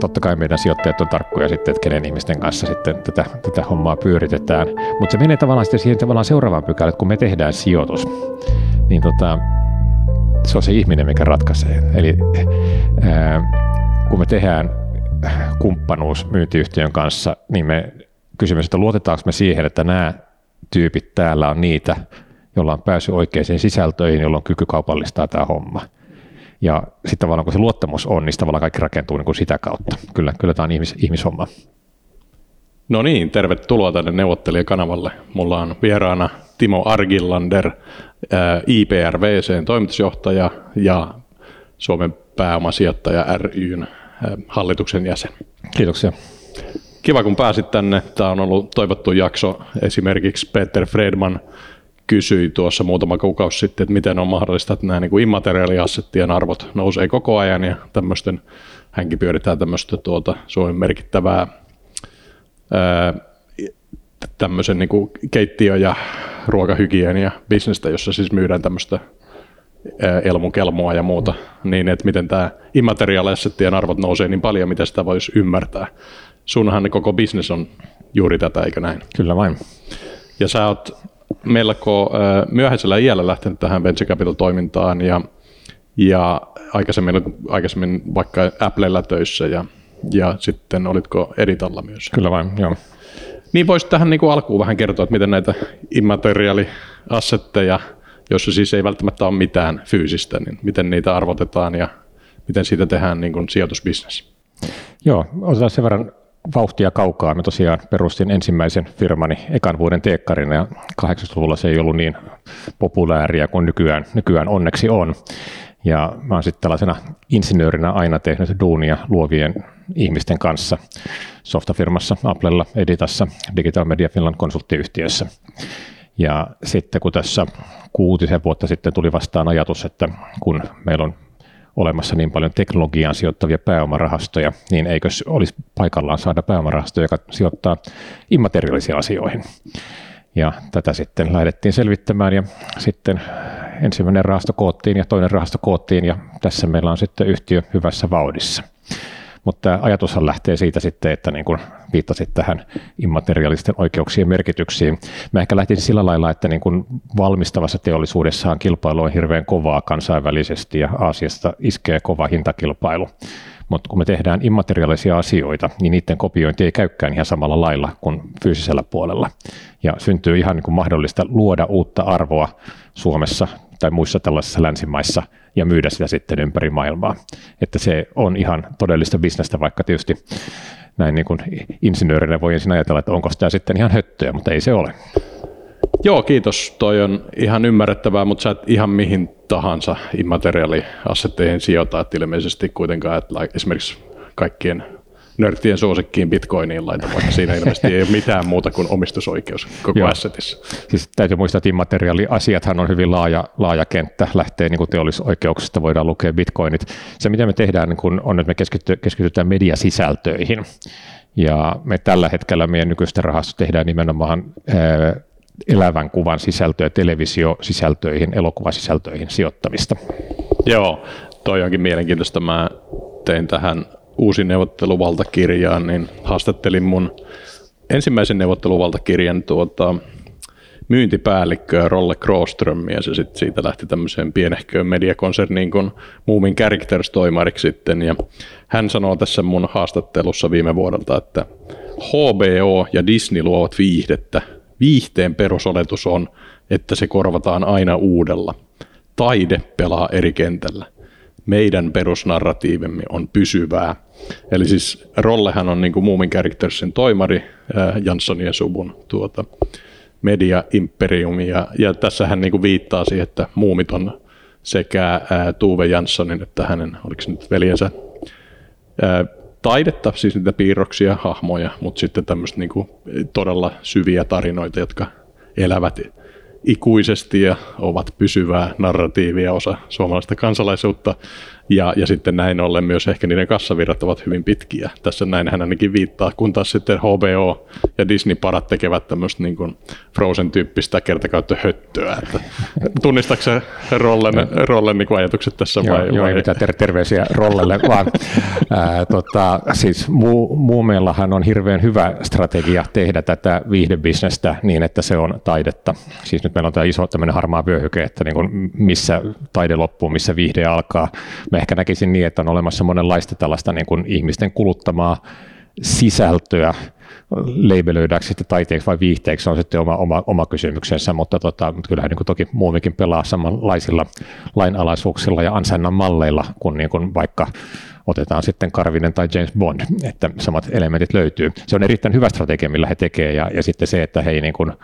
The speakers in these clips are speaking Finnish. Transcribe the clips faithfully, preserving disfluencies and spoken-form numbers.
totta kai meidän sijoittajat on tarkkoja sitten, että kenen ihmisten kanssa sitten tätä, tätä hommaa pyöritetään. Mutta se menee tavallaan sitten siihen tavallaan seuraavaan pykälään, että kun me tehdään sijoitus, niin tota, se on se ihminen, mikä ratkaisee. Eli ää, kun me tehdään kumppanuus myyntiyhtiön kanssa, niin me kysymys, että luotetaanko me siihen, että nämä tyypit täällä on niitä, jolla on päässyt oikeisiin sisältöihin, jolla on kyky kaupallistaa tämä homma. Ja sitten tavallaan kun se luottamus on, niin tavallaan kaikki rakentuu niin kuin sitä kautta. Kyllä, kyllä tämä on ihmis, ihmishomma. No niin, tervetuloa tänne neuvottelijakanavalle. Mulla on vieraana Timo Argilander, I P R V C:n toimitusjohtaja ja Suomen pääomasijoittaja ry:n hallituksen jäsen. Kiitoksia. Kiva, kun pääsit tänne. Tämä on ollut toivottu jakso. Esimerkiksi Peter Fredman kysyi tuossa muutama kuukausi sitten, että miten on mahdollista, että nämä niin kuin immateriaaliassettien arvot nousee koko ajan ja tämmöisten, hänkin pyöritään tämmöistä tuota, Suomen merkittävää ää, tämmöisen niin kuin keittiö- ja ruokahygienia-bisnestä, jossa siis myydään tämmöistä ää, elmukelmoa ja muuta, niin että miten tämä immateriaaliassettien arvot nousee niin paljon, mitä sitä voisi ymmärtää. Sunhan koko business on juuri tätä, eikö näin? Kyllä vain. Ja sä oot melko myöhäisellä iällä lähtenyt tähän venture capital-toimintaan ja, ja aikaisemmin, aikaisemmin vaikka Applella töissä ja, ja sitten olitko Editalla myös? Kyllä vain, joo. Niin voisit tähän niin kuin alkuun vähän kertoa, että miten näitä immateriaaliassetteja, joissa siis ei välttämättä ole mitään fyysistä, niin miten niitä arvotetaan ja miten siitä tehdään niin kuin sijoitusbisnes? Joo, otetaan sen verran vauhtia kaukaa. Mä tosiaan perustin ensimmäisen firmani ekan vuoden teekkarina ja kahdeksankymmentäluvulla se ei ollut niin populääriä kuin nykyään, nykyään onneksi on. Ja mä oon sitten tällaisena insinöörinä aina tehnyt duunia luovien ihmisten kanssa softafirmassa, Applella, Editassa, Digital Media Finland konsulttiyhtiössä. Ja sitten kun tässä kuutisen vuotta sitten tuli vastaan ajatus, että kun meillä on olemassa niin paljon teknologiaan sijoittavia pääomarahastoja, niin eikö olisi paikallaan saada pääomarahastoja, joka sijoittaa immateriaalisiin asioihin. Ja tätä sitten lähdettiin selvittämään ja sitten ensimmäinen rahasto koottiin ja toinen rahasto koottiin ja tässä meillä on sitten yhtiö hyvässä vauhdissa. Mutta ajatushan lähtee siitä sitten, että niin kuin viittasit tähän immateriaalisten oikeuksien merkityksiin. Mä ehkä lähtisin sillä lailla, että niin kuin valmistavassa teollisuudessaan kilpailu on hirveän kovaa kansainvälisesti ja Aasiasta iskee kova hintakilpailu. Mutta kun me tehdään immateriaalisia asioita, niin niiden kopiointi ei käykään ihan samalla lailla kuin fyysisellä puolella. Ja syntyy ihan niin kuin mahdollista luoda uutta arvoa Suomessa tai muissa tällaisissa länsimaissa ja myydä sitä sitten ympäri maailmaa. Että se on ihan todellista bisnestä, vaikka tietysti näin niin kuin insinöörinä voi ensin ajatella, että onko tämä sitten ihan höttöä, mutta ei se ole. Joo, kiitos. Toi on ihan ymmärrettävää, mutta sä et ihan mihin tahansa immateriaaliassetteihin sijoita, että ilmeisesti kuitenkaan, että esimerkiksi kaikkien nörttien suosikkiin bitcoiniin laita, vaikka siinä ilmeisesti ei ole mitään muuta kuin omistusoikeus koko Joo. assetissa. Siis täytyy muistaa, että immateriaaliasiathan on hyvin laaja, laaja kenttä, lähtee niin kuin teollisoikeuksista, voidaan lukea bitcoinit. Se, mitä me tehdään, niin kun on, että me keskity, keskitytään mediasisältöihin, ja me tällä hetkellä meidän nykyistä rahastosta tehdään nimenomaan ää, elävän kuvan sisältöä, televisiosisältöihin, elokuvasisältöihin sijoittamista. Joo, toi onkin mielenkiintoista. Mä tein tähän uusin neuvotteluvaltakirjaan, niin haastattelin mun ensimmäisen neuvotteluvaltakirjan tuota, myyntipäällikköä Rolle Kråströmiä, ja se sit siitä lähti tämmöiseen pienehköön mediakonserniin kuin Moomin Characters-toimariksi sitten, ja hän sanoo tässä mun haastattelussa viime vuodelta, että H B O ja Disney luovat viihdettä. Viihteen perusoletus on, että se korvataan aina uudella. Taide pelaa eri kentällä. Meidän perusnarratiivemme on pysyvää. Eli siis Rollehan on niin kuin Moomin Charactersin toimari, äh, Janssonin ja Subun tuota, media imperiumi. Ja, ja tässä hän niin kuin viittaa siihen, että Moomit on sekä äh, Tuve Janssonin että hänen, oliko se nyt veljensä, äh, taidetta, siis niitä piirroksia, hahmoja, mutta sitten tämmöistä niin kuin todella syviä tarinoita, jotka elävät ikuisesti ja ovat pysyvää narratiivia osa suomalaista kansalaisuutta. Ja, ja sitten näin ollen myös ehkä niiden kassavirrat ovat hyvin pitkiä. Tässä näin hän ainakin viittaa, kun taas sitten H B O ja Disney-parat tekevät tämmöistä niin kuin Frozen-tyyppistä kertakäyttöhöttöä. Tunnistatko sä Rollen, Rollen niin kuin ajatukset tässä? Joo, vai, joo vai? Ei mitään ter- terveisiä Rollelle, vaan ää, tota, siis muu, Muumeellahan on hirveän hyvä strategia tehdä tätä viihdebisnestä niin, että se on taidetta. Siis nyt meillä on tämä iso tämmöinen harmaa vyöhyke, että niin kuin missä taide loppuu, missä viihde alkaa. Mä ehkä näkisin niin, että on olemassa monenlaista tällaista niin kuin ihmisten kuluttamaa sisältöä, labelöidäänkö sitten taiteeksi vai viihteeksi, on sitten oma, oma, oma kysymyksensä, mutta, tota, mutta kyllähän niin kuin toki muumikin pelaa samanlaisilla lainalaisuuksilla ja ansainnan malleilla, kun, niin kuin vaikka otetaan sitten Karvinen tai James Bond, että samat elementit löytyy. Se on erittäin hyvä strategia, millä he tekevät, ja, ja sitten se, että he ei niin kuin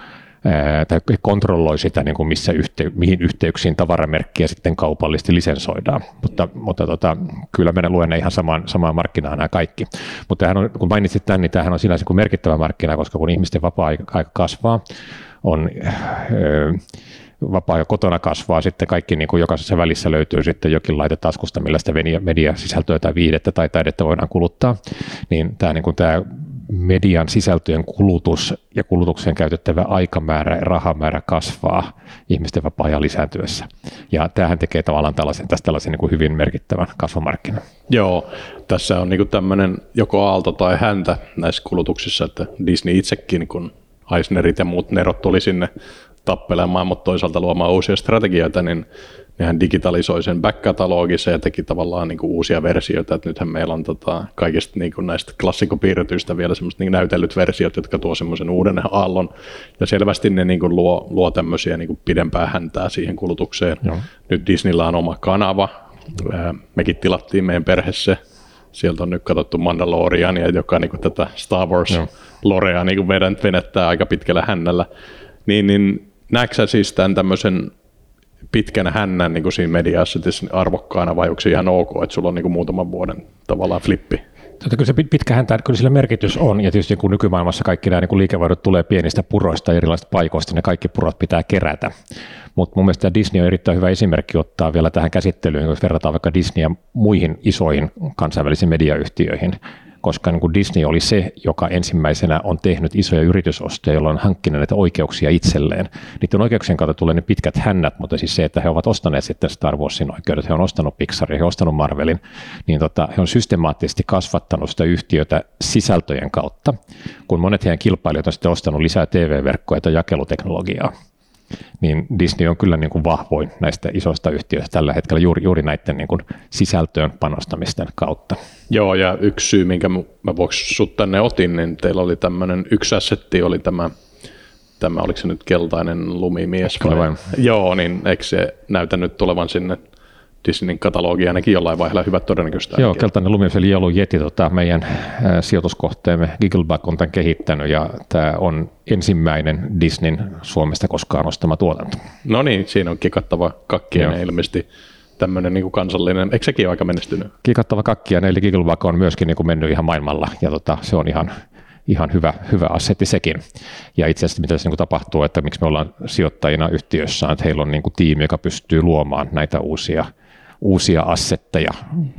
tai kontrolloi sitä, niin kuin missä yhtey- mihin yhteyksiin tavaramerkkiä sitten kaupallisesti lisensoidaan. Mutta, mutta tota, kyllä meidän luemme ihan samaan, samaan markkinaan nämä kaikki. Mutta on, kun mainitsit tämän, niin tämähän on sinänsä kuin merkittävä markkina, koska kun ihmisten vapaa-aika kasvaa, on öö, vapaa- ja kotona kasvaa, sitten kaikki niin kuin jokaisessa välissä löytyy sitten jokin laite taskusta, millä sitä mediasisältöä tai viihdettä tai taidetta voidaan kuluttaa, niin tämä, niin kuin tämä median sisältöjen kulutus ja kulutukseen käytettävä aikamäärä ja rahamäärä kasvaa ihmisten vapaa-ajan lisääntyessä. Ja tämähän tekee tavallaan tällaisen, tästä tällaisen niin kuin hyvin merkittävän kasvumarkkinan. Joo, tässä on niin kuin tämmöinen joko aalto tai häntä näissä kulutuksissa, että Disney itsekin, kun Eisnerit ja muut nerot tuli sinne tappelemaan, mutta toisaalta luomaan uusia strategioita, niin nehän digitalisoi sen back-katalogissa ja teki tavallaan niin kuin uusia versioita, että nythän meillä on tota, kaikista niin kuin näistä klassikopiirretyistä vielä semmoiset niin näytellyt versiot, jotka tuo semmoisen uuden aallon, ja selvästi ne niin kuin luo, luo tämmöisiä niin kuin pidempää häntää siihen kulutukseen. Joo. Nyt Disneyllä on oma kanava, mekin tilattiin meidän perheessä, sieltä on nyt katsottu Mandaloriania, joka niin kuin tätä Star Wars-lorea niin venettää aika pitkällä hännällä, niin, niin näetkö sä siis tämän tämmöisen pitkän hännän niin kuin siinä mediassa arvokkaana, vai onko se ihan ok, että sulla on niin kuin muutaman vuoden tavallaan flippi? Tota, kyllä se pitkä häntä, kyllä sillä merkitys on, ja tietysti kun nykymaailmassa kaikki nämä niin liikevaihdot tulee pienistä puroista ja erilaisista paikoista, ne kaikki purot pitää kerätä. Mutta mun mielestä Disney on erittäin hyvä esimerkki ottaa vielä tähän käsittelyyn, jos verrataan vaikka Disneyä muihin isoihin kansainvälisiin mediayhtiöihin, koska niin kuin Disney oli se, joka ensimmäisenä on tehnyt isoja yritysostoja, joilla on hankkinut näitä oikeuksia itselleen. Niiden oikeuksien kautta tulee ne pitkät hännät, mutta siis se, että he ovat ostaneet sitten Star Warsin oikeudet, he on ostanut Pixaria, he on ostanut Marvelin, niin tota, he on systemaattisesti kasvattanut sitä yhtiötä sisältöjen kautta, kun monet heidän kilpailijat on sitten ostanut lisää T V-verkkoja tai jakeluteknologiaa. Niin Disney on kyllä niin kuin vahvoin näistä isoista yhtiöistä tällä hetkellä juuri, juuri näiden niin kuin sisältöön panostamisten kautta. Joo, ja yksi syy, minkä mä vuoksi sut tänne otin, niin teillä oli tämmöinen, yksi assetti oli tämä, tämä oliko se nyt keltainen lumimies? Kyllä vain. Joo, niin eikö se näytä nyt tulevan sinne Disneyn katalogia ainakin jollain vaiheella hyvät todennäköistä? Joo, keltainen lumimies eli Yellow Yeti, tota, meidän ä, sijoituskohteemme Giggleback on tämän kehittänyt, ja tämä on ensimmäinen Disneyn Suomesta koskaan ostama tuotanto. No niin, siinä on kikattava kakkiainen ilmeisesti tämmöinen niin kuin kansallinen, eikö sekin ole aika menestynyt? Kikattava kakkiainen, eli Giggleback on myöskin niin kuin mennyt ihan maailmalla, ja tota, se on ihan, ihan hyvä, hyvä assetti sekin. Ja itse asiassa mitä tässä niin kuin tapahtuu, että miksi me ollaan sijoittajina yhtiössä, että heillä on niin kuin tiimi, joka pystyy luomaan näitä uusia uusia assetteja.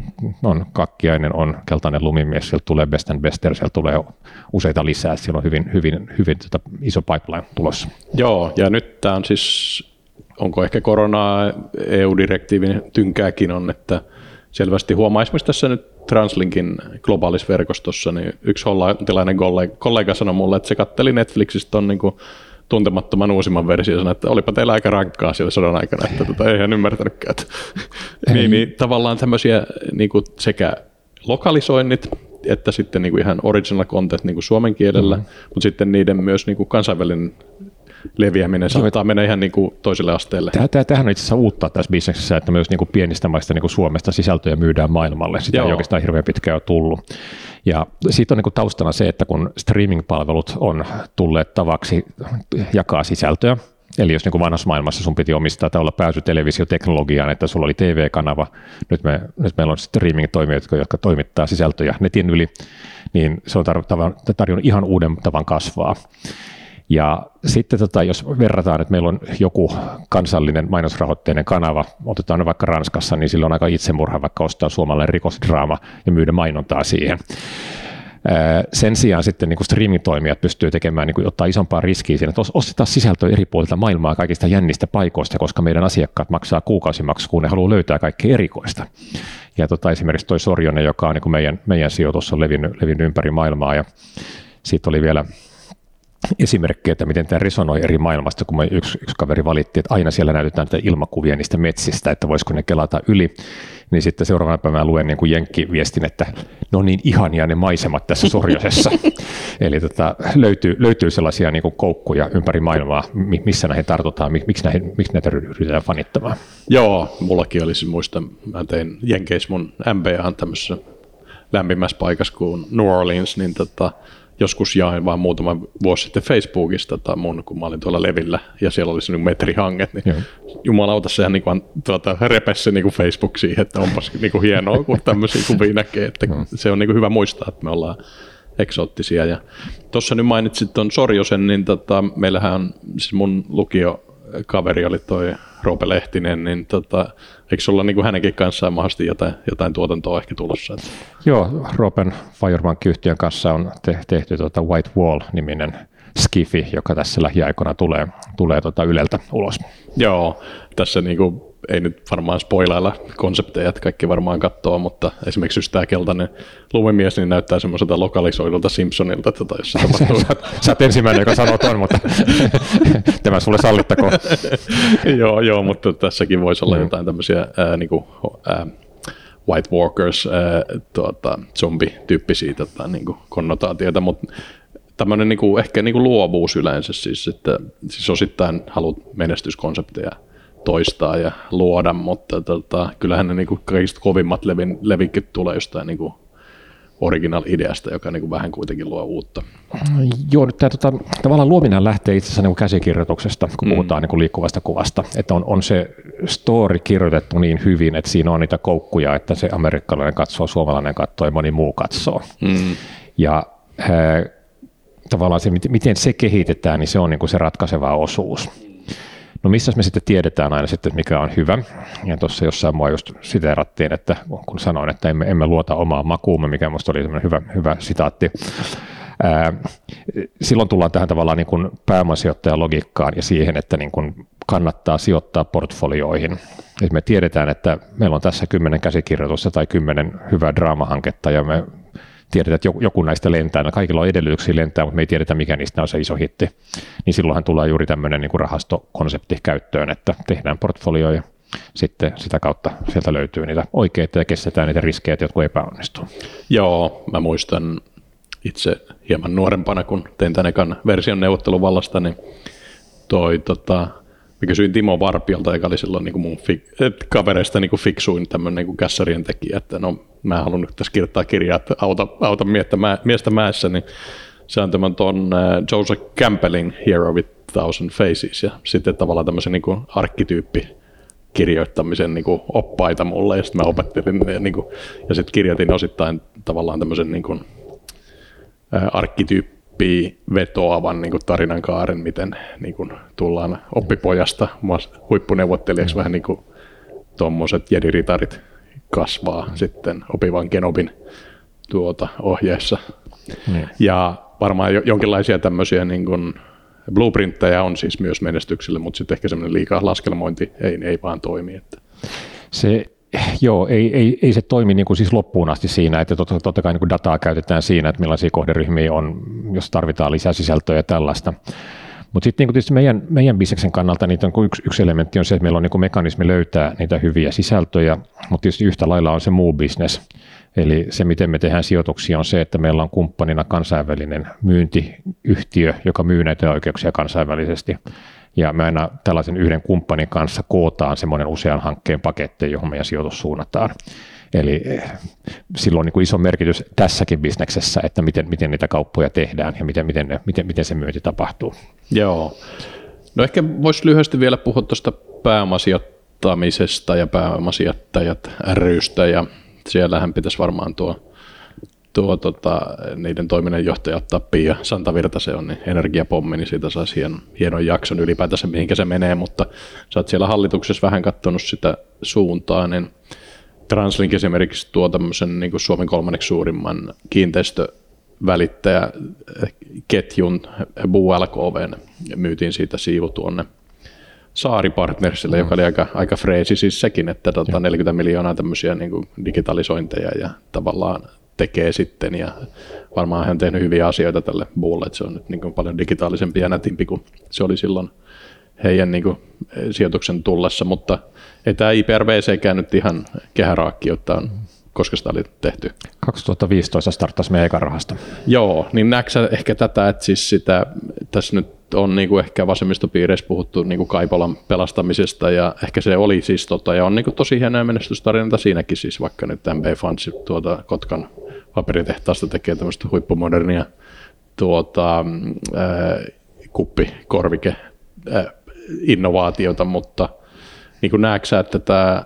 On kakkiainen, on keltainen lumimies, sieltä tulee Best and Bester, sieltä tulee useita lisää, siellä on hyvin, hyvin, hyvin tota iso pipeline tulossa. Joo, ja nyt tämä on siis, onko ehkä koronaa, E U-direktiivin tynkääkin on, että selvästi huomaa esimerkiksi tässä nyt Translinkin globaalissa verkostossa, niin yksi hollantilainen kollega, kollega sanoi mulle, että se katteli Netflixistä on niin kuin tuntemattoman uusimman version, sanoi, että olipa teillä aika rankkaa siellä sodan aikana, että tota, ei hän ymmärtänytkään. niin, niin, tavallaan tämmöisiä niin kuin sekä lokalisoinnit, että sitten niin kuin ihan original content niin kuin suomen kielellä, mm-hmm. mutta sitten niiden myös niin kuin kansainvälinen leviäminen saattaa mennä ihan niin kuin toiselle asteelle. Tämähän on itse asiassa uutta tässä bisneksessä, että myös niin kuin pienistä maista niin kuin Suomesta sisältöjä myydään maailmalle. Sitä Joo. ei oikeastaan hirveän pitkään ole tullut. Ja siitä on niin kuin taustana se, että kun streaming-palvelut on tulleet tavaksi jakaa sisältöä, eli jos niin kuin vanhassa maailmassa sun piti omistaa tai olla pääsy televisioteknologiaan, että sulla oli T V-kanava, nyt, me, nyt meillä on streaming-toimijoita, jotka toimittaa sisältöjä netin yli, niin se on tarjonnut ihan uuden tavan kasvaa. Ja sitten tota, jos verrataan, että meillä on joku kansallinen mainosrahoitteinen kanava, otetaan ne vaikka Ranskassa, niin sillä on aika itsemurha vaikka ostaa suomalainen rikosdraama ja myydä mainontaa siihen. Sen sijaan sitten niin kuin streaming-toimijat pystyy tekemään, niin kuin, ottaa isompaa riskiä siinä, että ostetaan sisältöä eri puolilta maailmaa kaikista jännistä paikoista, koska meidän asiakkaat maksaa kuukausimaksu, kun ne haluaa löytää kaikkea erikoista. Ja tota, esimerkiksi toi Sorjonen, joka on niin kuin meidän, meidän sijoitus, on levinnyt, levinnyt ympäri maailmaa, ja siitä oli vielä esimerkkejä, että miten tämä resonoi eri maailmasta, kun yksi, yksi kaveri valitti, että aina siellä näytetään näitä ilmakuvia niistä metsistä, että voisiko ne kelata yli, niin sitten seuraavana päivänä luen niin kuin jenkkiviestin, että no niin ihania ne maisemat tässä Sorjosessa. Eli tota, löytyy, löytyy sellaisia niin kuin koukkuja ympäri maailmaa, missä näihin tartutaan, miksi, näihin, miksi näitä ryhdytään fanittamaan. Joo, mullakin olisi, muistan, mä tein Jenkeissä mun M B A:n tämmöisessä lämpimässä paikassa kuin New Orleans, niin tota, joskus jain vaan muutama vuosi sitten Facebookista tota mun, kun mä olin tuolla levillä ja siellä oli se niin metrihanget, niin Joo. jumalauta sehän niin kuin, tuota, repesi se niin Facebook siihen, että onpas niin kuin hienoa, kun tämmöisiä kuvia näkee, että no. se on niin kuin hyvä muistaa, että me ollaan eksoottisia. Ja tuossa nyt mainitsit tuon Sorjosen, niin tota, meillähän on, siis mun lukiokaveri oli toi Roope Lehtinen, niin tota, eikö sulla niin kuin hänenkin kanssaan mahdollisesti jotain, jotain tuotantoa ehkä tulossa? Joo, Roopen Firebank-yhtiön kanssa on te- tehty tuota White Wall-niminen skifi, joka tässä lähiaikoina tulee, tulee tuota Yleltä ulos. Joo, tässä niin kuin, ei nyt varmaan spoilailla konsepteja, että kaikki varmaan katsoo, mutta esimerkiksi just tämä keltainen lumimies niin näyttää semmoiselta lokalisoidulta Simpsonilta, tota, jos se tapahtuu. sä, sä oot ensimmäinen, joka sanoo ton, mutta tämä sulle sallittakoon. joo, joo, mutta tässäkin voisi olla mm. jotain tämmöisiä ää, niin kuin, ää, White Walkers, ää, tuota, zombi-tyyppisiä tota, niin kuin konnotaatioita, mutta tämmöinen niin kuin, ehkä niin kuin luovuus yleensä, siis, että siis osittain haluat menestyskonsepteja toistaa ja luoda, mutta tota, kyllähän ne niin kuin kaikista kovimmat levin, levikit tulee jostain niin kuin original-ideasta, joka niin kuin vähän kuitenkin luo uutta. Joo, nyt tämä tota, tavallaan luominen lähtee itse asiassa niin kuin käsikirjoituksesta, kun mm. puhutaan niin kuin liikkuvasta kuvasta, että on, on se story kirjoitettu niin hyvin, että siinä on niitä koukkuja, että se amerikkalainen katsoo, suomalainen katsoo ja moni muu katsoo. Mm. Ja äh, tavallaan se, miten se kehitetään, niin se on niin kuin se ratkaiseva osuus. No missä me sitten tiedetään aina sitten, mikä on hyvä. Ja tuossa jossain mua just siteerattiin, että kun sanoin, että emme, emme luota omaa makuumme, mikä minusta oli semmoinen hyvä, hyvä sitaatti. Ää, silloin tullaan tähän tavallaan niin kuin pääomasijoittajan logiikkaan ja siihen, että niin kuin kannattaa sijoittaa portfolioihin. Et me tiedetään, että meillä on tässä kymmenen käsikirjoitusta tai kymmenen hyvää draamahanketta ja me tiedetään, että joku näistä lentää, no kaikilla on edellytyksiä lentää, mutta me ei tiedetä, mikä niistä on se iso hitti. Niin silloinhan tulee juuri tämmöinen niin kuin rahastokonsepti käyttöön, että tehdään portfolio ja sitten sitä kautta sieltä löytyy niitä oikeita ja kestetään niitä riskejä, että jotkut epäonnistuu. Joo, mä muistan itse hieman nuorempana, kun tein tämän ekan version neuvotteluvallasta, niin toi tota, mä kysyin Timo Varpiolta, joka oli silloin niin kuin mun fi- kavereista niin kuin fiksuin tämmöinen niin kuin kässarien tekijä, että no mä haluan nyt tässä kirjoittaa kirjaa, että auta, auta miestä, mä, miestä mäessä, niin se on tämän ton uh, Joseph Campbellin Hero with Thousand Faces ja sitten tavallaan tämmöisen niin kuin arkkityyppi kirjoittamisen niin kuin oppaita mulle ja sitten mä opettelin ja, niin kuin, ja sitten kirjoitin osittain tavallaan tämmöisen niin kuin, uh, arkkityyppi vetoavan niin kuin tarinankaaren, miten niin kuin tullaan oppipojasta huippuneuvottelijaksi, vähän niin kuin tuommoiset jediritarit kasvaa mm. sitten opivan Kenobin tuota ohjeessa. Mm. Ja varmaan jonkinlaisia tämmöisiä niin kuin blueprintteja on siis myös menestykselle, mutta sitten ehkä semmoinen liikaa laskelmointi ei, ei vaan toimi. Että. Se Joo, ei, ei, ei se toimi niin kuin siis loppuun asti siinä, että totta, totta kai niin kuin dataa käytetään siinä, että millaisia kohderyhmiä on, jos tarvitaan lisää sisältöä ja tällaista. Mutta sitten niin tietysti meidän, meidän bisneksen kannalta niitä on, yksi, yksi elementti on se, että meillä on niin kuin mekanismi löytää niitä hyviä sisältöjä, mutta tietysti yhtä lailla on se muu business. Eli se, miten me tehdään sijoituksia, on se, että meillä on kumppanina kansainvälinen myyntiyhtiö, joka myy näitä oikeuksia kansainvälisesti. Ja me aina tällaisen yhden kumppanin kanssa kootaan semmoinen usean hankkeen paketti, johon meidän sijoitus suunnataan. Eli sillä on niin kuin iso merkitys tässäkin bisneksessä, että miten, miten niitä kauppoja tehdään ja miten, miten, ne, miten, miten se myynti tapahtuu. Joo. No ehkä voisi lyhyesti vielä puhua tuosta pääomasijoittamisesta ja pääomasijoittajat rystä. Ja siellähän pitäisi varmaan tuo tuo tota, niiden toiminnanjohtaja ottaa Pia Santavirta, se on niin energiapommi, niin siitä saisi hienon, hienon jakson ylipäätänsä, mihinkä se menee, mutta sä oot siellä hallituksessa vähän katsonut sitä suuntaa, niin Translink esimerkiksi tuo tämmöisen niin kuin Suomen kolmanneksi suurimman kiinteistövälittäjäketjun B U L K V:n, myytiin siitä siivu tuonne Saari-partnersille, mm. joka oli aika, aika freesi siis sekin, että tota neljäkymmentä miljoonaa tämmöisiä niin kuin digitalisointeja ja tavallaan tekee sitten, ja varmaan hän on tehnyt hyviä asioita tälle Buulle, että se on nyt niin kuin paljon digitaalisempi ja nätimpi kuin se oli silloin heidän niin kuin sijoituksen tullessa, mutta ei tämä I P R V C-kään nyt ihan kehäraakki, jotta koska sitä oli tehty. kaksituhattaviisitoista starttasi meidän ekan rahasta. Joo, niin näetkö sä ehkä tätä, että siis sitä, tässä nyt on niin kuin ehkä vasemmistopiireissä puhuttu niin kuin Kaipolan pelastamisesta, ja ehkä se oli siis tota, ja on niin kuin tosi hienoja menestystarinoita siinäkin, siis vaikka nyt M B Funds tuota Kotkan paperitehtaasta tekee tämmöistä huippumodernia tuota, ää, kuppikorvike ää, innovaatiota, mutta niin kuin näetkö sä, että tämä,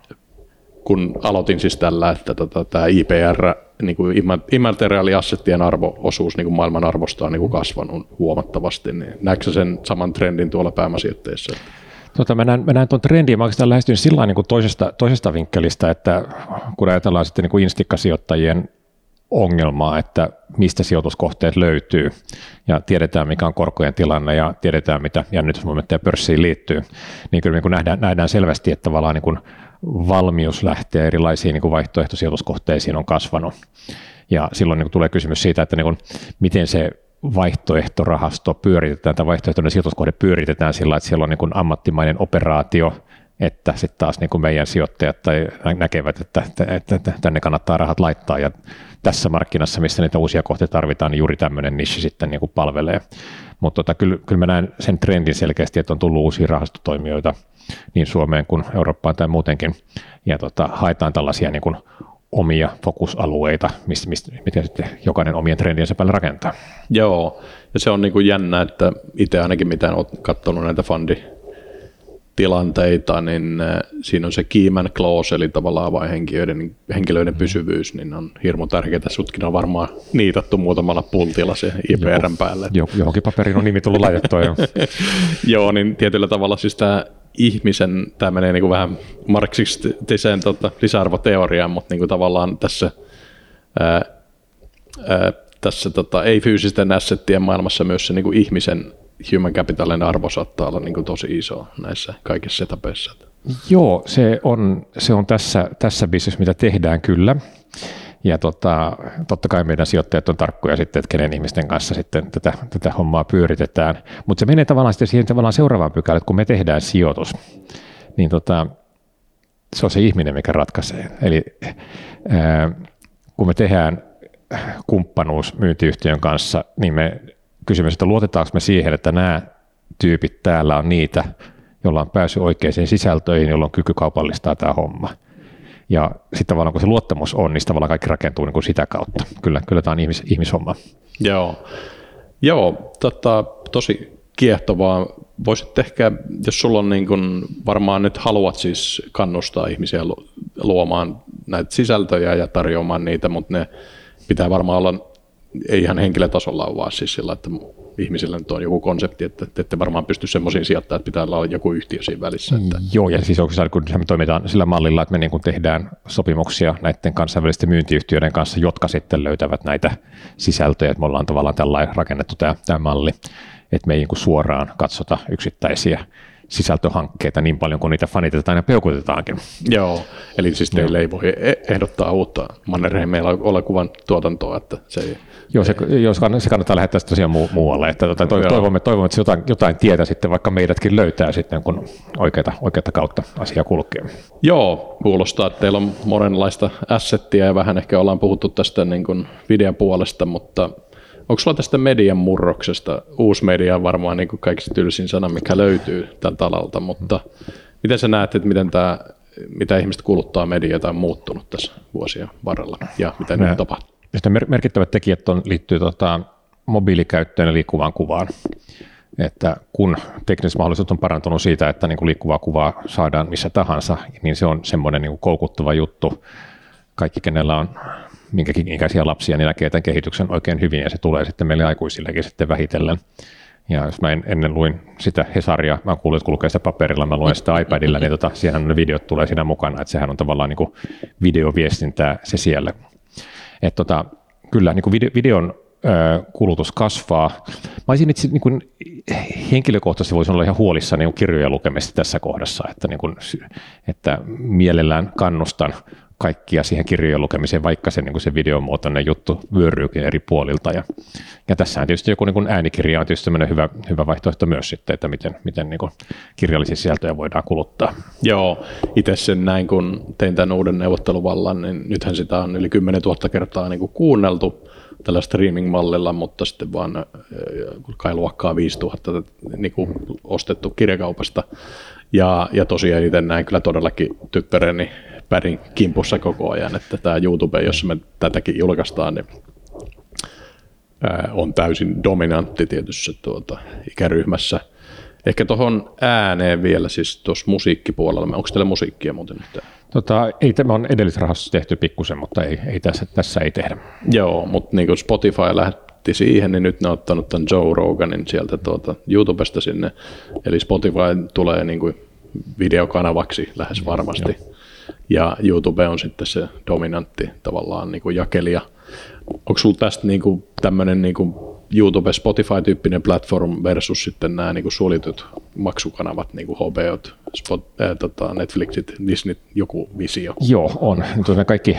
kun aloitin siis tällä, että tota, tämä I P R, niin kuin immateriaaliassettien arvo-osuus niin kuin maailman arvosta on niin kuin kasvanut huomattavasti, niin näetkö sen saman trendin tuolla pääomasijoitteissa? Tota, mä, näen, mä näen tuon trendin, mä oikeastaan lähestyn sillä niin kuin toisesta, toisesta vinkkelistä, että kun ajatellaan sitten niin kuin instikkasijoittajien ongelmaa, että mistä sijoituskohteet löytyy ja tiedetään mikä on korkojen tilanne ja tiedetään mitä jännitysmomentteja pörssiin liittyy, niin kyllä niin kuin nähdään, nähdään selvästi, että tavallaan niin kuin valmius lähteä erilaisiin niin kuin vaihtoehtosijoituskohteisiin on kasvanut. Ja silloin niin kuin tulee kysymys siitä, että niin kuin, miten se vaihtoehtorahasto pyöritetään tai vaihtoehtoinen sijoituskohde pyöritetään sillä, että siellä on niin kuin ammattimainen operaatio, että sitten taas niin kuin meidän sijoittajat tai näkevät, että, että, että tänne kannattaa rahat laittaa ja tässä markkinassa, missä niitä uusia kohteita tarvitaan, niin juuri tämmöinen niche sitten niin kuin palvelee. Mutta tota, kyllä, kyllä mä näen sen trendin selkeästi, että on tullut uusia rahastotoimijoita niin Suomeen kuin Eurooppaan tai muutenkin, ja tota, haetaan tällaisia niin kuin omia fokusalueita, mistä, mistä, miten sitten jokainen omien trendiensä päälle rakentaa. Joo, ja se on niin kuin jännä, että itse ainakin mitä olet katsonut näitä funditilanteita, niin siinä on se key man clause, eli tavallaan vain henkilöiden, henkilöiden pysyvyys, niin on hirmu tärkeää. Sutkin on varmaan niitattu muutamalla pultilla se I P R:n päälle. Jo, johonkin paperiin on nimi tullut laitettua jo. Joo, niin tietyllä tavalla siis tämä ihmisen, tämä menee niin kuin vähän marksistiseen tota, lisäarvoteoriaan, mutta niin kuin tavallaan tässä, ää, ää, tässä tota, ei-fyysisten assettien maailmassa myös se niin kuin ihmisen human capitalin arvo saattaa olla niin kuin tosi iso näissä kaikissa setupeissa. Joo, se on, se on tässä, tässä business, mitä tehdään kyllä. Ja tota, totta kai meidän sijoittajat on tarkkoja sitten, että kenen ihmisten kanssa sitten tätä, tätä hommaa pyöritetään. Mutta se menee tavallaan sitten siihen tavallaan seuraavaan pykälään, että kun me tehdään sijoitus, niin tota, se on se ihminen, mikä ratkaisee. Eli ää, kun me tehdään kumppanuus myyntiyhtiön kanssa, niin me kysymme, että luotetaanko me siihen, että nämä tyypit täällä on niitä, joilla on päässyt oikeisiin sisältöihin, joilla on kyky kaupallistaa tämä homma. Ja sitten tavallaan kun se luottamus on, niin tavallaan kaikki rakentuu niin kuin sitä kautta. Kyllä, kyllä tämä on ihmis, ihmishomma. Joo, Joo tota, tosi kiehtovaa. Voisit ehkä, jos sulla on niin kuin, varmaan nyt haluat siis kannustaa ihmisiä luomaan näitä sisältöjä ja tarjoamaan niitä, mutta ne pitää varmaan olla, ei ihan henkilötasolla, vaan siis sillä, että ihmisillä nyt on joku konsepti, että te ette varmaan pysty semmoisiin sijoittamaan, että pitää olla joku yhtiö siinä välissä. Että. Joo, ja siis kun me toimitaan sillä mallilla, että me niin kuin tehdään sopimuksia näiden kansainvälisten myyntiyhtiöiden kanssa, jotka sitten löytävät näitä sisältöjä, että me ollaan tavallaan tällainen rakennettu tämä, tämä malli, että me ei niin kuin suoraan katsota yksittäisiä sisältöhankkeita niin paljon kuin niitä fanitetaan ja peukutetaankin. Joo, eli siis teille ei voi ehdottaa uutta Mannerheimilla elokuvan tuotantoa, että se ei... Joo, se, jos se kannattaa lähettää tosiaan muu, muualle, että to, toivomme, toivomme, että se jotain, jotain tietä sitten vaikka meidätkin löytää sitten, kun oikeata, oikeata kautta asia kulkee. Joo, kuulostaa, että teillä on monenlaista assettia ja vähän ehkä ollaan puhuttu tästä niin kuin videon puolesta, mutta onko sulla tästä median murroksesta? Uusi media on varmaan niin kuin kaikista tylsin sana, mikä löytyy tältä alalta, mutta miten sä näet, että miten tämä, mitä ihmiset kuluttaa mediaa on muuttunut tässä vuosien varrella ja mitä nyt tapahtuu? Merkittävät tekijät on, liittyy tota, mobiilikäyttöön ja liikkuvaan kuvaan. Että kun tekniset mahdollisuudet on parantunut siitä, että niin kuin liikkuvaa kuvaa saadaan missä tahansa, niin se on semmoinen niin kuin koukuttava juttu. Kaikki, kenellä on minkäkin ikäisiä lapsia, niin näkee tämän kehityksen oikein hyvin, ja se tulee sitten meille aikuisillekin sitten vähitellen. Ja jos mä en, ennen luin sitä Hesaria, mä kuulin, että kun lukee sitä paperilla, mä luen sitä iPadilla, niin tota, siihen ne videot tulee siinä mukana, että sehän on tavallaan niin kuin videoviestintää se siellä. Että tota, kyllä niin kuin video, videon ö, kulutus kasvaa. Mä olisin itse niin kuin henkilökohtaisesti voisin olla ihan huolissaan niin kuin kirjojen lukemista tässä kohdassa, että, niin kuin, että mielellään kannustan kaikkia siihen kirjojen lukemiseen, vaikka se, niin se videomuotoinen juttu vyöryykin eri puolilta. Ja, ja tässä on tietysti joku niin äänikirja on tietysti hyvä, hyvä vaihtoehto myös sitten, että miten, miten niin kirjallisia sisältöjä voidaan kuluttaa. Joo, itse sen näin, kun tein tämän uuden neuvotteluvallan, niin nythän sitä on yli kymmenen tuhatta kertaa niin kuunneltu tällä streaming-mallilla, mutta sitten vaan kai luokkaa viisituhatta niin ostettu kirjakaupasta. Ja, ja tosiaan itse näin kyllä todellakin tyttäreni pärin kimpussa koko ajan, että tämä YouTube, jossa me tätäkin julkaistaan, niin ää, on täysin dominantti tietyssä tuota, ikäryhmässä. Ehkä tuohon ääneen vielä, siis tuossa musiikkipuolella, onko teillä musiikkia muuten nyt? Tota, ei tämä on edellisrahastossa tehty pikkusen, mutta ei, ei tässä, tässä ei tehdä. Joo, mutta niin kuin Spotify lähti siihen, niin nyt ne on ottanut tämän Joe Roganin sieltä tuota YouTubesta sinne, eli Spotify tulee niin kuin videokanavaksi lähes varmasti. Joo. Ja YouTube on sitten se dominantti tavallaan niin kuin jakelija. Onko sinulla tästä niin kuin tämmöinen niin kuin YouTube, Spotify-tyyppinen platform versus sitten nämä niin kuin suljetut maksukanavat, niin kuin H B O:t, Spot, äh, tota Netflixit, Disney, joku visio? Joo, on. Me, kaikki,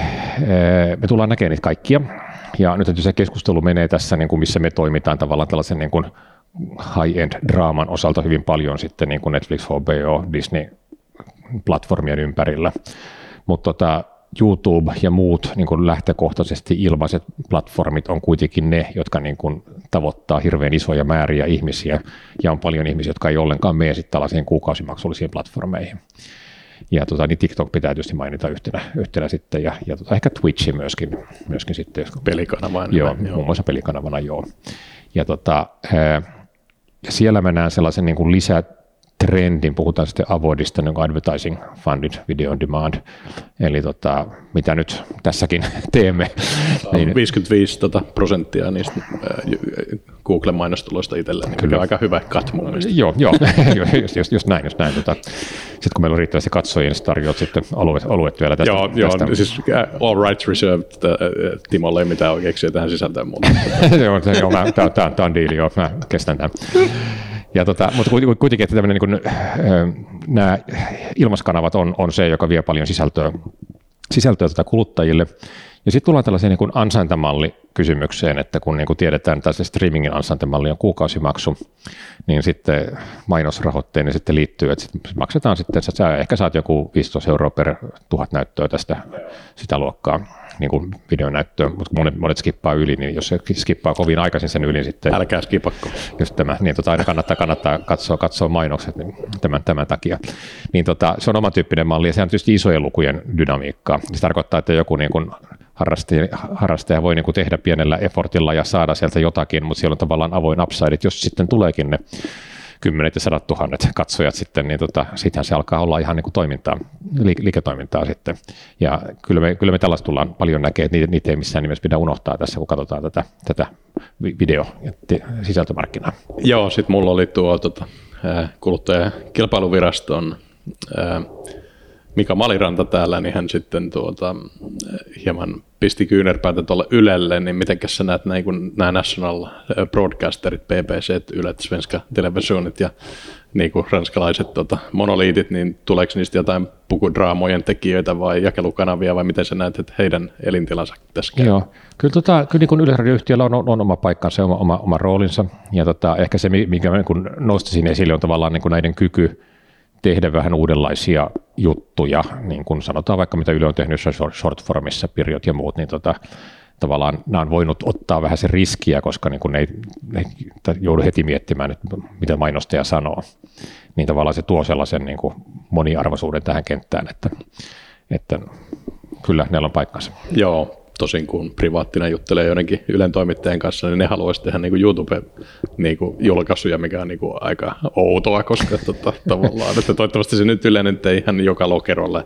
me tullaan näkemään niitä kaikkia. Ja nyt se keskustelu menee tässä, niin kuin missä me toimitaan tavallaan tällaisen niin kuin high-end-draaman osalta hyvin paljon sitten niin kuin Netflix, H B O, Disney, platformien ympärillä, mutta tota, YouTube ja muut niin kuin lähtökohtaisesti ilmaiset platformit on kuitenkin ne, jotka niin kuin tavoittaa hirveän isoja määriä ihmisiä, ja on paljon ihmisiä, jotka ei ollenkaan mene sitten tällaisiin kuukausimaksullisiin platformeihin. Ja tota, niin TikTok pitää tietysti mainita yhtenä, yhtenä sitten, ja, ja tota, ehkä Twitch myöskin, myöskin sitten. Pelikanavana. Joo, joo, muun muassa pelikanavana, joo. Ja tota, ää, siellä mä näen sellaisen niin kuin lisät, trendin, puhutaan sitten avoidista, niin kuin advertising funded video on demand, eli tota, mitä nyt tässäkin teemme. Niin, viisikymmentäviisi tota, prosenttia niistä äh, Googlen mainostuloista itselleen, niin kyllä. On aika hyvä cut mun mielestä. Joo, joo. just, just, just näin. Just näin. Tota, sitten kun meillä on riittävästi katsojia, niin tarjoat sitten alueet, alueet vielä tästä. Joo, joo tästä. Siis all rights reserved, uh, Timolle ei mitään oikein tähän sisältöön muuta. Joo, tämä on diili, joo, mä kestän tämän. Ja tota, mutta kuitenkin, että tämmöinen, niin kuin, nämä ilmaiskanavat on, on se, joka vie paljon sisältöä, sisältöä tätä kuluttajille. Ja sitten tullaan tällaiseen niin kuin ansaintamallikysymykseen, että kun niin kuin tiedetään, että se streamingin ansaintamalli on kuukausimaksu, niin sitten mainosrahoitteinen sitten liittyy, että sit maksetaan sitten, että sä ehkä saat joku viisitoista euroa per tuhat näyttöä tästä sitä luokkaa niin kuin videonäyttöä, mutta monet, monet skippaa yli, niin jos se skippaa kovin aikaisin sen yli, niin sitten... Älkää skipakko. Just tämä, niin tota, aina kannattaa, kannattaa katsoa, katsoa mainokset niin tämän, tämän takia. Niin tota, se on oman tyyppinen malli, ja se on tietysti isojen lukujen dynamiikkaa. Se tarkoittaa, että joku niin kuin harrastaja, harrastaja voi niin kuin tehdä pienellä effortilla ja saada sieltä jotakin, mutta siellä on tavallaan avoin upside, jos sitten tuleekin ne kymmenet ja sadat tuhannet katsojat sitten, niin tota, sittenhän se alkaa olla ihan niin kuin toimintaa, liiketoimintaa sitten. Ja kyllä me, kyllä me tällaista tullaan paljon näkemään, että niitä, niitä ei missään nimessä pidä unohtaa tässä, kun katsotaan tätä, tätä video- ja sisältömarkkinaa. Joo, sitten mulla oli tuo tota, kuluttajakilpailuviraston ää, Mika Maliranta täällä, niin hän sitten tuota, hieman pisti kyynärpäätä tuolle Ylelle, niin mitenkäs sä näet näin, kun nämä national broadcasterit, B B C, Ylet, Svenska Televisionit ja niin kuin ranskalaiset tota, monoliitit, niin tuleeko niistä jotain pukudraamojen tekijöitä vai jakelukanavia vai miten sä näet, että heidän elintilansa tässä käy? Joo, kyllä, tota, kyllä niin Yleisradioyhtiöllä on, on, on oma paikkansa ja oma, oma, oma roolinsa, ja tota, ehkä se, minkä mä niin nostaisin esille, on tavallaan niin näiden kyky tehdä vähän uudenlaisia juttuja, niin kuin sanotaan vaikka mitä Yle on tehnyt short-formissa, Pirjot ja muut, niin tota, tavallaan nämä on voinut ottaa vähän sen riskiä, koska niin kun ne ei, ne ei joudu heti miettimään, että mitä mainostaja sanoo, niin tavallaan se tuo sellaisen niin kuin moniarvoisuuden tähän kenttään, että, että kyllä näillä on paikkansa. Joo. Tosin kun privaattina juttelee joidenkin Ylen toimittajien kanssa, niin ne haluaisi tehdä niin YouTube-julkaisuja, mikä on niin kuin aika outoa, koska tota, tavallaan, että toivottavasti se nyt Yle nyt ei ihan joka lokerolle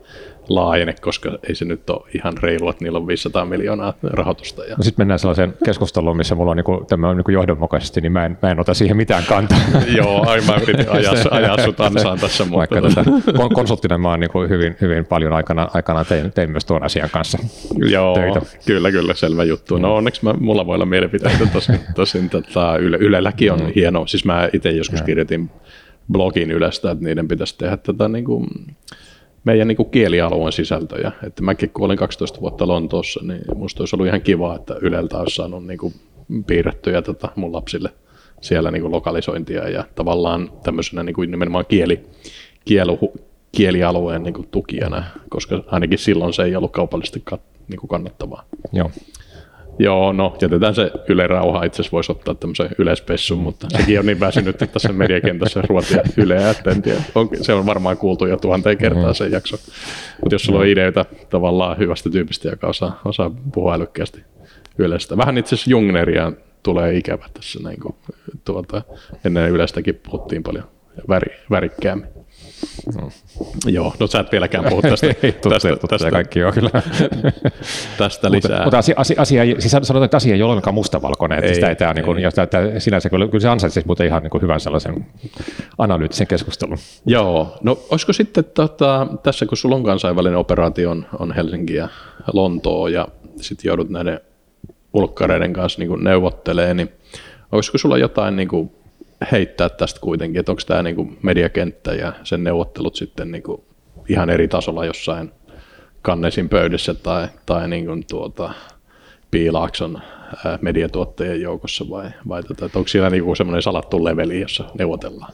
laajene, koska ei se nyt ole ihan reilua, että niillä on viisisataa miljoonaa rahoitusta. Ja... No sitten mennään sellaiseen keskusteluun, missä mulla on niinku, tämä on niinku johdonmukaisesti, niin mä en, mä en ota siihen mitään kantaa. Joo, ai mä yritin ajaa, ajaa sut ansaan tässä. Vaikka tätä konsulttina mä oon niinku hyvin, hyvin paljon aikana, aikana tein, tein myös tuon asian kanssa Joo, töitä. Kyllä, kyllä, selvä juttu. No onneksi mä, mulla voi olla mielipiteitä, tosin, tosin tota, Yle, Ylelläkin on mm. hieno. Siis mä itse joskus kirjoitin blogin Ylestä, että niiden pitäisi tehdä tätä niin kuin meidän niin kuin kielialueen sisältöjä. Että mäkin kun olin kaksitoista vuotta Lontoossa, niin musta olisi ollut ihan kiva, että Yleltä olisi saanut niin kuin piirrettyjä tota mun lapsille siellä niin kuin lokalisointia ja tavallaan tämmöisenä niin kuin nimenomaan kieli, kielu, kielialueen niin kuin tukijana, koska ainakin silloin se ei ollut kaupallisesti kat, niin kuin kannattavaa. Joo. Joo, no jätetään se Yle Rauha. Itse asiassa voisi ottaa tämmöisen yleispessun, mutta sekin on niin väsynyt, että tässä mediakentässä ruotia Yleä, että en tiedä. On, se on varmaan kuultu jo tuhanteen kertaa se jakso. Mutta jos sulla on ideoita tavallaan hyvästä tyypistä, joka osaa, osaa puhua älykkäästi Ylestä. Vähän itse asiassa Jungneria tulee ikävä tässä. Niin kuin, tuota, ennen Ylestäkin puhuttiin paljon väri, värikkäämmin. No. Joo, no sä et vieläkään puhu tästä. Ei, tutte, tästä, tutte, tästä kaikki on kyllä. Tästä lisää. Mutta asia, asia, siis sanotaan, että asia ei ole ollenkaan mustavalkoinen. Ei, sitä ei, tämä, ei. Niin kuin, ja tämä, sinänsä kyllä, kyllä se ansaitsisi muuten ihan niin kuin hyvän sellaisen analyyttisen keskustelun. Joo, no olisiko sitten tota, tässä, kun sulla on kansainvälinen operaatio on, on Helsinki ja Lontoo ja sitten joudut näiden ulkkareiden kanssa niin kuin neuvottelemaan, niin olisiko sulla jotain niin kuin heittää tästä kuitenkin, että onko tämä niinku mediakenttä ja sen neuvottelut sitten niinku ihan eri tasolla jossain Cannesin pöydissä tai, tai niinku tuota Piilaakson mediatuottajien joukossa vai, vai tota, onko siellä niinku semmoinen salattu leveli, jossa neuvotellaan?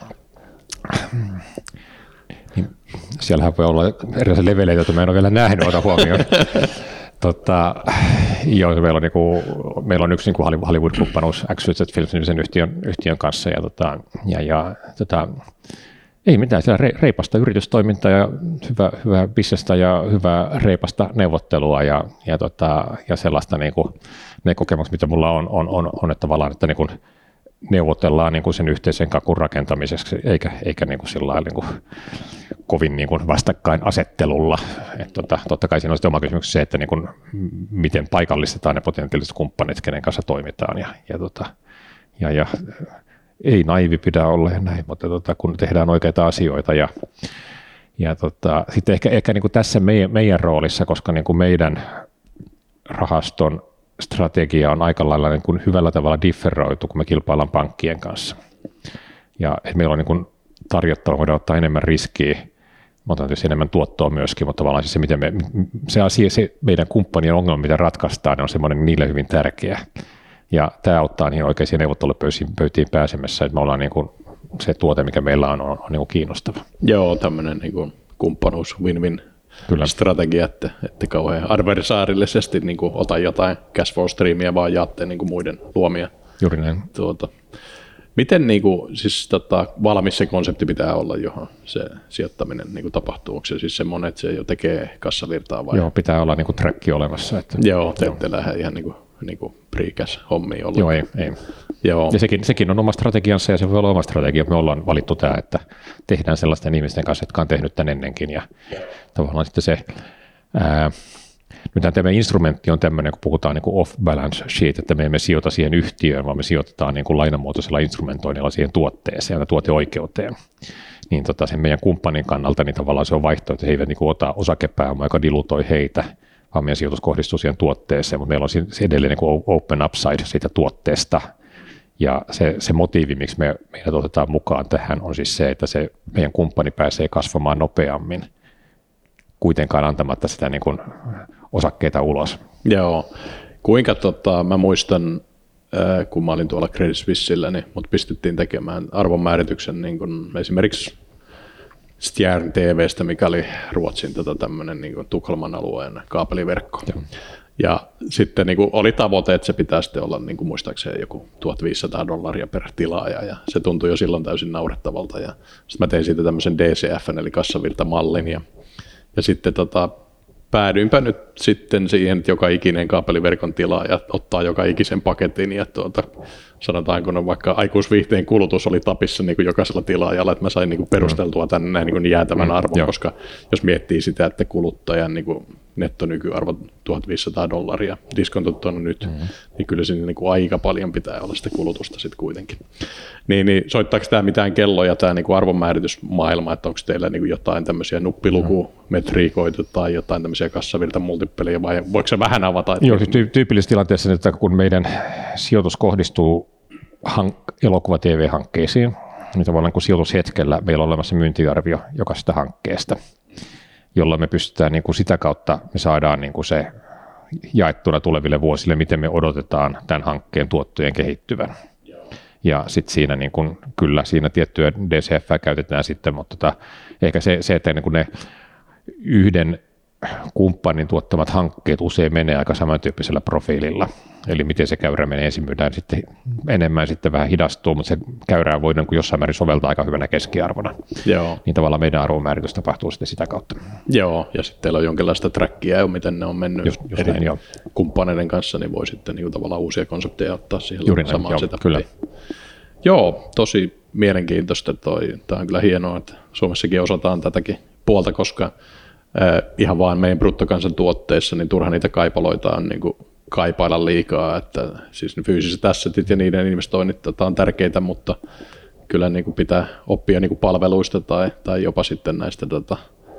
Niin, siellähän voi olla erilaisia leveleitä, joita mä en ole vielä nähnyt, ota huomioon. Tota, joo, meillä on, niinku, meillä on yksi niinku Hollywood-kumppanuus X Y Z Films-nimisen yhtiön, yhtiön kanssa ja, tota, ja, ja tota, ei mitään, siellä re, reipasta yritystoimintaa ja hyvä, hyvää bisnestä ja hyvää reipasta neuvottelua ja, ja, tota, ja sellaista niinku, ne kokemukset, mitä mulla on, on, on, on että tavallaan, että niinku neuvotellaan niinku sen yhteisen kakun rakentamiseksi eikä, eikä niinku sillä lailla niinku kovin niin kuin vastakkainasettelulla. Et tota, totta kai siinä on sitten oma kysymys se, että niin kuin, miten paikallistetaan ne potentiaaliset kumppanit, kenen kanssa toimitaan. Ja, ja, tota, ja, ja ei naivi pidä olla ja näin, mutta tota, kun tehdään oikeita asioita. Ja, ja tota, sitten ehkä, ehkä niin kuin tässä meidän, meidän roolissa, koska niin kuin meidän rahaston strategia on aika lailla niin kuin hyvällä tavalla differoitu, kun me kilpaillaan pankkien kanssa. Ja meillä on niin kuin tarjottava, voidaan ottaa enemmän riskiä, mutta tietysti enemmän tuottoa myöskin, mutta tavallaan se, miten me, se asia, se meidän kumppanien ongelma, mitä ratkaistaan, on semmoinen niille hyvin tärkeä. Ja tämä auttaa niin oikeisiin neuvottelupöytiin pääsemässä, että me ollaan niin kuin se tuote, mikä meillä on, on, on niin kuin kiinnostava. Joo, tämmöinen niin kuin kumppanuus, win-win Kyllä. strategia, että, että kauhean adversaarillisesti niin kuin ota jotain cash flow streamia, vaan jaatte niin kuin muiden luomia. Juuri näin. Tuota, Miten niin kuin, siis, tota, valmis se konsepti pitää olla, johon se sijoittaminen niin kuin tapahtuu? Onko se siis semmoinen, että se jo tekee kassavirtaa vai? Joo, pitää olla niin kuin trackki olemassa. Että, joo, te ette lähde ihan niin kuin, niin kuin pre-cash-hommiin ollut. Joo, ei. ei. Joo. Ja sekin, sekin on oma strategiansa ja se voi olla oma strategia. Me ollaan valittu tämä, että tehdään sellaisten ihmisten kanssa, jotka on tehnyt tämän ennenkin. Ja tavallaan sitten se... Ää, Nyt tämä instrumentti on tämmöinen, kun puhutaan niin kuin off-balance sheet, että me emme sijoita siihen yhtiöön, vaan me sijoitetaan niin kuin lainamuotoisella instrumentoinnilla siihen tuotteeseen ja tuoteoikeuteen. Niin tota, sen meidän kumppanin kannalta niin tavallaan se on vaihtoehto, että he eivät niin kuin ota osakepääomaa, joka dilutoi heitä, vaan meidän sijoitus kohdistuu siihen tuotteeseen, mutta meillä on se edelleen niin kuin open upside siitä tuotteesta. Ja se, se motiivi, miksi me, meidät otetaan mukaan tähän, on siis se, että se meidän kumppani pääsee kasvamaan nopeammin, kuitenkaan antamatta sitä niin kuin osakkeita ulos. Joo. Kuinka tota, mä muistan, äh, kun mä olin tuolla Credit Suissella, niin mut pistettiin tekemään arvonmäärityksen niin kun esimerkiksi Stjärn T V:stä, mikä oli Ruotsin tota, tämmöinen niin kun Tukholman alueen kaapeliverkko. Joo. Ja sitten niin kun oli tavoite, että se pitää sitten olla niin kun muistaakseni joku tuhatviisisataa dollaria per tilaaja, ja se tuntui jo silloin täysin naurettavalta. Sitten mä tein siitä tämmöisen D C F, eli kassavirtamallin, ja, ja sitten tota, päädyinpä nyt sitten siihen, että joka ikinen kaapeliverkon tilaaja ottaa joka ikisen paketin ja tuota, sanotaanko no vaikka aikuisviihteen kulutus oli tapissa niin kuin jokaisella tilaajalla, että mä sain niin kuin perusteltua tänne näin niin kuin jäätävän mm, arvon, jo. Koska jos miettii sitä, että kuluttajan niin kuin nettonykyarvo tuhatviisisataa dollaria diskontottuna nyt, mm. niin kyllä siinä niin kuin aika paljon pitää olla sitä kulutusta sitten kuitenkin. Niin, niin soittaako tämä mitään kelloja, tämä niin kuin arvonmääritysmaailma, että onko teillä niin kuin jotain tämmöisiä nuppilukumetriikoita tai jotain tämmöisiä kassavirta multipelejä, vai voiko se vähän avata? Joo, siis tyy- tyypillisessä tilanteessa, että kun meidän sijoitus kohdistuu hank- elokuva-T V-hankkeisiin, niin tavallaan kun sijoitushetkellä meillä on olemassa myyntiarvio jokaisesta hankkeesta, jolla me pystytään niin kuin sitä kautta, me saadaan niin kuin se jaettuna tuleville vuosille, miten me odotetaan tämän hankkeen tuottojen kehittyvän. Ja sitten siinä niin kuin, kyllä siinä tiettyä D C F käytetään sitten, mutta tota, ehkä se, se että niin kuin ne yhden kumppanin tuottamat hankkeet usein menee aika samantyyppisellä profiililla. Eli miten se käyrä menee, ensin myydään sitten enemmän, sitten vähän hidastuu, mutta se käyrää voi niin kuin jossain määrin soveltaa aika hyvänä keskiarvona. Joo. Niin tavallaan meidän arvonmääritys tapahtuu sitten sitä kautta. Joo, ja sitten teillä on jonkinlaista trackia jo, miten ne on mennyt just, just eri näin, joo. kumppaneiden kanssa, niin voi sitten niin kuin tavallaan uusia konsepteja ottaa siihen Juuri samaan näin, sitä. Kyllä. Joo, tosi mielenkiintoista toi. Tämä on kyllä hienoa, että Suomessakin osataan tätäkin puolta, koska äh, ihan vaan meidän bruttokansantuotteissa niin turha niitä kaipaloita on niin kuin kaipailla liikaa, että siis ne fyysiset assetit ja niiden investoinnit tota, on tärkeitä, mutta kyllä niin kuin pitää oppia niin kuin palveluista tai, tai jopa sitten näistä tota,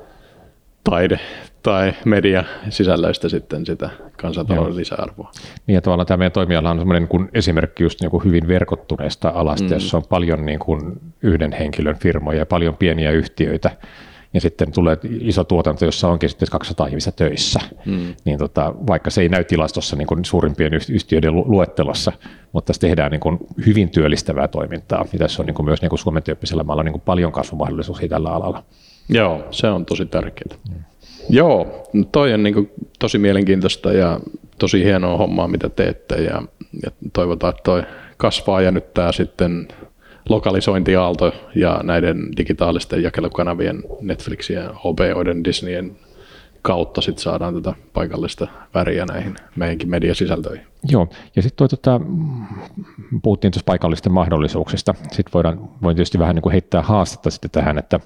taide- tai media-sisällöistä sitten sitä kansantalouden lisäarvoa. Niin ja tavallaan tämä meidän toimiala on sellainen niin kuin esimerkki just niin kuin hyvin verkottuneesta alasta, mm. jossa on paljon niin kuin yhden henkilön firmoja ja paljon pieniä yhtiöitä, ja sitten tulee iso tuotanto, jossa onkin sitten kaksisataa ihmistä töissä, mm. niin tota, vaikka se ei näy tilastossa niin kuin suurimpien yhtiöiden luettelossa, mutta tässä tehdään niin kuin hyvin työllistävää toimintaa, ja tässä on niin kuin myös niin kuin Suomen tyyppisellä maalla niin kuin paljon kasvumahdollisuuksia tällä alalla. Joo, se on tosi tärkeää. Mm. Joo, no toi on niin kuin tosi mielenkiintoista ja tosi hienoa hommaa, mitä teette, ja, ja toivotaan, että toi kasvaa, ja nyt tämä sitten lokalisointiaalto ja näiden digitaalisten jakelukanavien Netflixien, H B O:den, Disneyen kautta sit saadaan tätä paikallista väriä näihin meidänkin mediasisältöihin. Joo, ja sitten tota, puhuttiin tuossa paikallisten mahdollisuuksista. Sitten voidaan, voin tietysti vähän niin kuin heittää haastetta sitten tähän, että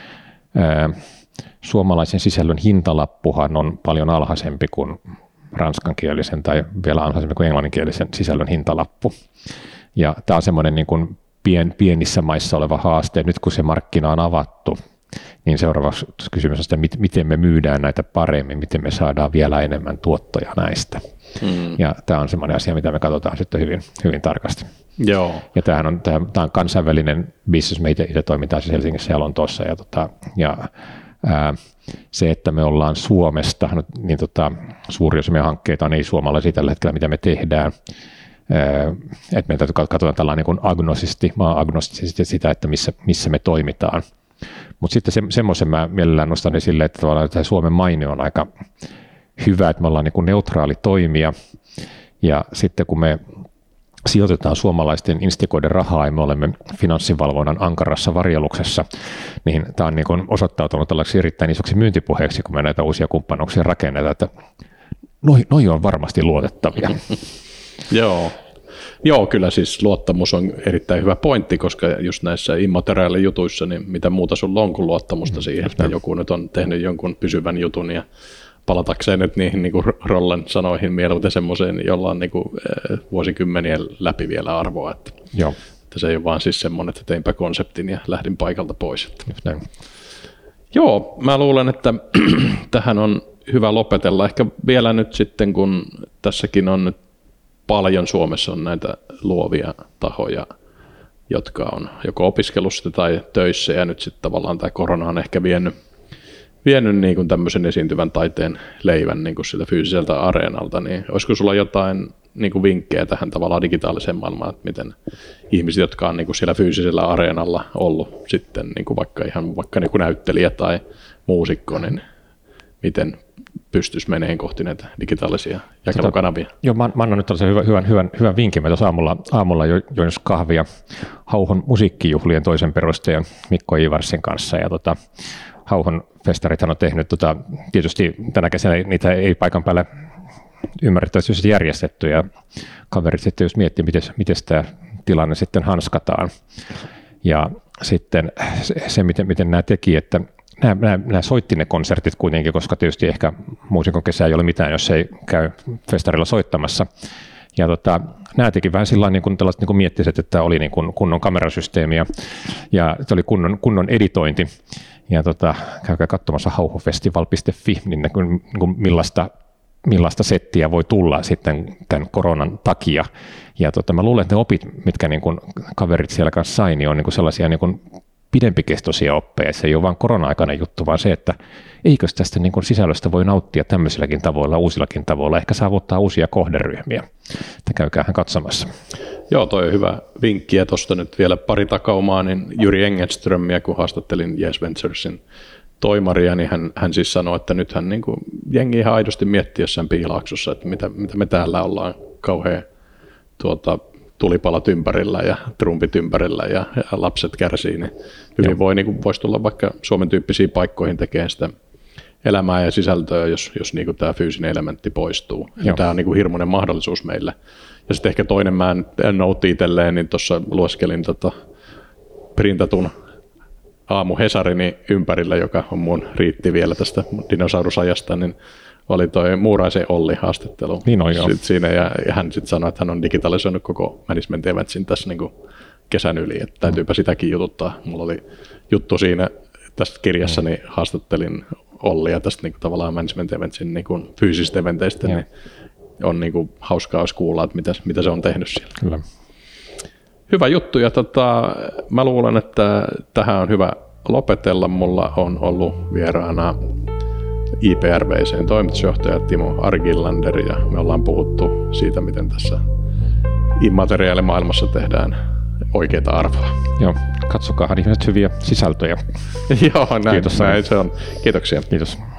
ää, suomalaisen sisällön hintalappuhan on paljon alhaisempi kuin ranskankielisen tai vielä alhaisempi kuin englanninkielisen sisällön hintalappu. Ja tämä on semmoinen niin kuin pien, pienissä maissa oleva haaste. Nyt kun se markkina on avattu, niin seuraavaksi kysymys on sitä, miten me myydään näitä paremmin, miten me saadaan vielä enemmän tuottoja näistä. Mm. Ja tämä on semmoinen asia, mitä me katsotaan sitten hyvin, hyvin tarkasti. Joo. Ja tämähän on, tämä on kansainvälinen business, me itse, itse toimitaan siis Helsingissä ja Lontoossa, ja, tota, ja ää, se, että me ollaan Suomesta, niin tota, suuri osa meidän hankkeita on ei suomalaisia tällä hetkellä, mitä me tehdään. Että meidän täytyy katsoa tällainen niin kuin agnostisti, maa agnostisesti sitä, että missä, missä me toimitaan. Mutta sitten se, semmoisen mä mielellään nostan esille, että tavallaan tämä Suomen maine on aika hyvä, että me ollaan niin kuin neutraali toimija, ja sitten kun me sijoitetaan suomalaisten instikoiden rahaa ja me olemme finanssivalvonnan ankarassa varjeluksessa, niin tämä on niin kuin osoittautunut tällaiseksi erittäin isoksi myyntipuheeksi, kun me näitä uusia kumppanuuksia rakennetaan, että noi, noi on varmasti luotettavia. Joo. Joo, kyllä siis luottamus on erittäin hyvä pointti, koska just näissä immateriaalijutuissa, niin mitä muuta sulla on kuin luottamusta siihen, että joku nyt on tehnyt jonkun pysyvän jutun ja palatakseen nyt niihin niin kuin Rollen sanoihin mieluiten semmoiseen, jolla on niin kuin, äh, vuosikymmenien läpi vielä arvoa. Että, Joo. että se ei ole vaan siis semmoinen, että teinpä konseptin ja lähdin paikalta pois. Että. Joo, mä luulen, että tähän on hyvä lopetella. Ehkä vielä nyt sitten, kun tässäkin on nyt paljon Suomessa on näitä luovia tahoja, jotka on joko opiskelussa tai töissä, ja nyt sitten tavallaan tämä korona on ehkä vienyt, vienyt niin kuin tämmöisen esiintyvän taiteen leivän niin kuin siltä fyysiseltä areenalta, niin olisiko sulla jotain niin kuin vinkkejä tähän tavallaan digitaaliseen maailmaan, että miten ihmiset, jotka on niin kuin siellä fyysisellä areenalla ollut sitten niin kuin vaikka ihan vaikka niin kuin näyttelijä tai muusikko, niin miten pystyisi menemään kohti näitä digitaalisia jakelukanavia. Tota, joo, mä, mä annan nyt tällaisen hyvän, hyvän, hyvän, hyvän vinkin. Mä tuossa aamulla, aamulla jo, join kahvia Hauhon musiikkijuhlien toisen perustajan Mikko Ivarsin kanssa. Ja tota, Hauhon festarithan on tehnyt, tota, tietysti tänä kesänä niitä ei paikan päällä ymmärrettävästi järjestetty, ja kaverit sitten just miettii, miten, miten tämä tilanne sitten hanskataan. Ja sitten se, se miten, miten nämä teki, että nämä, nämä, nämä soitti ne konsertit kuitenkin, koska tietysti ehkä muusikon kesä ei ole mitään, jos ei käy festarilla soittamassa. Ja tota, nämä teki vähän sillä niin kuin tällaiset niin kuin miettiset, että oli niin kuin kunnon kamerasysteemi ja, ja oli kunnon, kunnon editointi. Ja tota, käykää katsomassa hauhofestival piste fi, niin, niin kuin millaista, millaista settiä voi tulla sitten tämän koronan takia. Ja tota, mä luulen, että ne opit, mitkä niin kuin kaverit siellä kanssa sai, niin on niin kuin sellaisia niin kuin pidempikestoisia oppeja. Se ei ole vain korona-aikainen juttu, vaan se, että eikös tästä niin kuin sisällöstä voi nauttia tämmöisilläkin tavoilla, uusillakin tavoilla, ehkä saavuttaa uusia kohderyhmiä. Että käykäähän katsomassa. Joo, toi on hyvä vinkki. Ja tuosta nyt vielä pari takaumaa, niin Jyri Engelströmiä, kun haastattelin Yes Venturesin toimaria, niin hän, hän siis sanoi, että nythän niin kuin jengi ihan aidosti miettii jossain Piilaaksossa, että mitä, mitä me täällä ollaan kauhean tuota, tulipalat ympärillä ja trumpit ympärillä ja, ja lapset kärsii, niin hyvin Joo. voi, niin kuin, voisi tulla vaikka Suomen tyyppisiin paikkoihin tekemään sitä elämää ja sisältöä, jos, jos niin kuin tämä fyysinen elementti poistuu. Eli tämä on niin kuin hirmuinen mahdollisuus meille. Ja sitten ehkä toinen, mä en, en nouti itselleen, niin tuossa lueskelin tota printatun aamu Hesarini ympärillä, joka on mun riitti vielä tästä dinosaurusajasta, niin oli toi Muuraisen Olli haastattelu. Niin on, joo. Siinä, ja, ja hän sitten sanoi, että hän on digitalisoinut koko management eventsin tässä niin kuin kesän yli, että täytyypä sitäkin jututtaa. Mulla oli juttu siinä, tässä kirjassa niin haastattelin Ollia tästä niin kuin tavallaan management eventsin niin kuin fyysisistä eventeistä, niin on niin kuin hauskaa olisi kuulla, että mitä, mitä se on tehnyt siellä. Kyllä. Hyvä juttu, ja tota, mä luulen, että tähän on hyvä lopetella. Mulla on ollut vieraana I P R V C:n toimitusjohtaja Timo Argillander, ja me ollaan puhuttu siitä, miten tässä immateriaalimaailmassa tehdään oikeita arvoa. Joo, katsokaa ihmiset hyviä sisältöjä. Joo, näin, Kiitos, näin se on. Kiitoksia. Kiitos.